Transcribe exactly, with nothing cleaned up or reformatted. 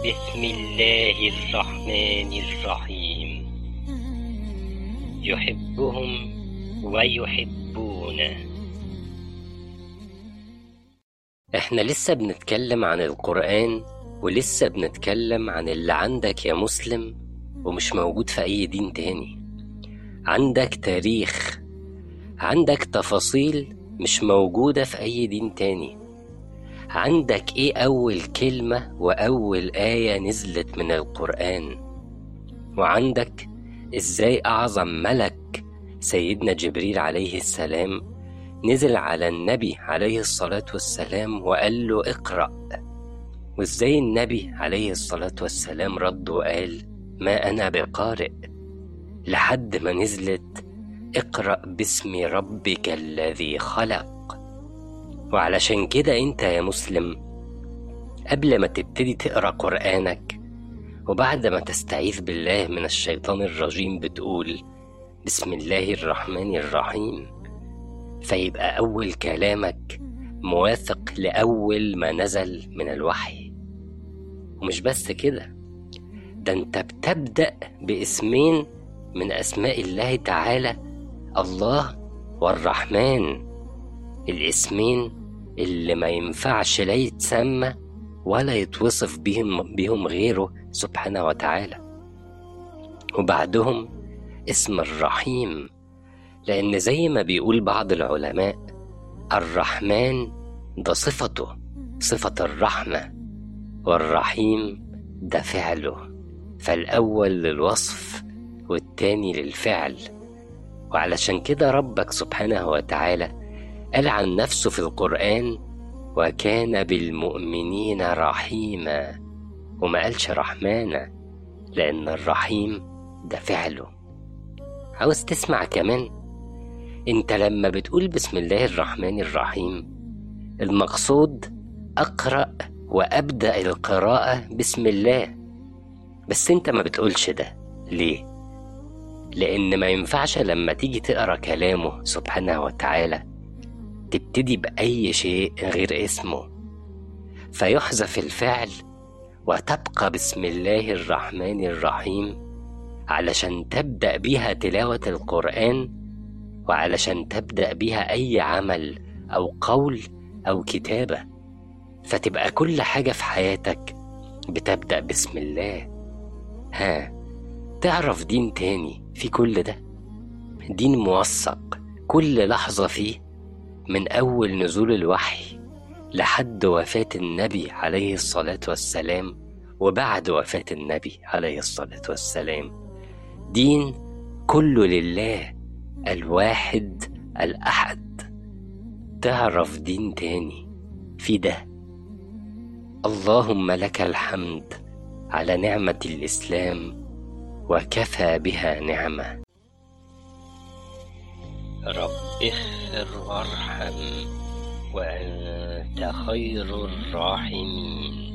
بسم الله الرحمن الرحيم. يحبهم ويحبونه. احنا لسه بنتكلم عن القرآن، ولسه بنتكلم عن اللي عندك يا مسلم ومش موجود في أي دين تاني. عندك تاريخ، عندك تفاصيل مش موجودة في أي دين تاني. عندك إيه أول كلمة وأول آية نزلت من القرآن، وعندك إزاي أعظم ملك سيدنا جبريل عليه السلام نزل على النبي عليه الصلاة والسلام وقال له اقرأ، وإزاي النبي عليه الصلاة والسلام رد وقال ما أنا بقارئ، لحد ما نزلت اقرأ باسم ربك الذي خلق. وعلشان كده انت يا مسلم قبل ما تبتدي تقرأ قرآنك وبعد ما تستعيذ بالله من الشيطان الرجيم بتقول بسم الله الرحمن الرحيم، فيبقى أول كلامك موافق لأول ما نزل من الوحي. ومش بس كده، ده انت بتبدأ باسمين من أسماء الله تعالى، الله والرحمن، الاسمين اللي ما ينفعش لا يتسمى ولا يتوصف بهم, بهم غيره سبحانه وتعالى. وبعدهم اسم الرحيم، لأن زي ما بيقول بعض العلماء الرحمن ده صفته، صفة الرحمة، والرحيم ده فعله، فالأول للوصف والتاني للفعل. وعلشان كده ربك سبحانه وتعالى قال عن نفسه في القرآن وكان بالمؤمنين رحيما، وما قالش رحمانا، لأن الرحيم ده فعله. عاوز تسمع كمان؟ انت لما بتقول بسم الله الرحمن الرحيم المقصود أقرأ وأبدأ القراءة بسم الله، بس انت ما بتقولش ده ليه؟ لأن ما ينفعش لما تيجي تقرأ كلامه سبحانه وتعالى تبتدي بأي شيء غير اسمه، فيحذف الفعل وتبقى بسم الله الرحمن الرحيم علشان تبدأ بها تلاوة القرآن، وعلشان تبدأ بها أي عمل أو قول أو كتابة، فتبقى كل حاجة في حياتك بتبدأ بسم الله. ها، تعرف دين تاني في كل ده؟ دين موثق كل لحظة فيه، من أول نزول الوحي لحد وفاة النبي عليه الصلاة والسلام وبعد وفاة النبي عليه الصلاة والسلام. دين كله لله الواحد الأحد. تعرف دين تاني في ده؟ اللهم لك الحمد على نعمة الإسلام وكفى بها نعمة. رب اغفر وارحم وأنت خير الراحمين.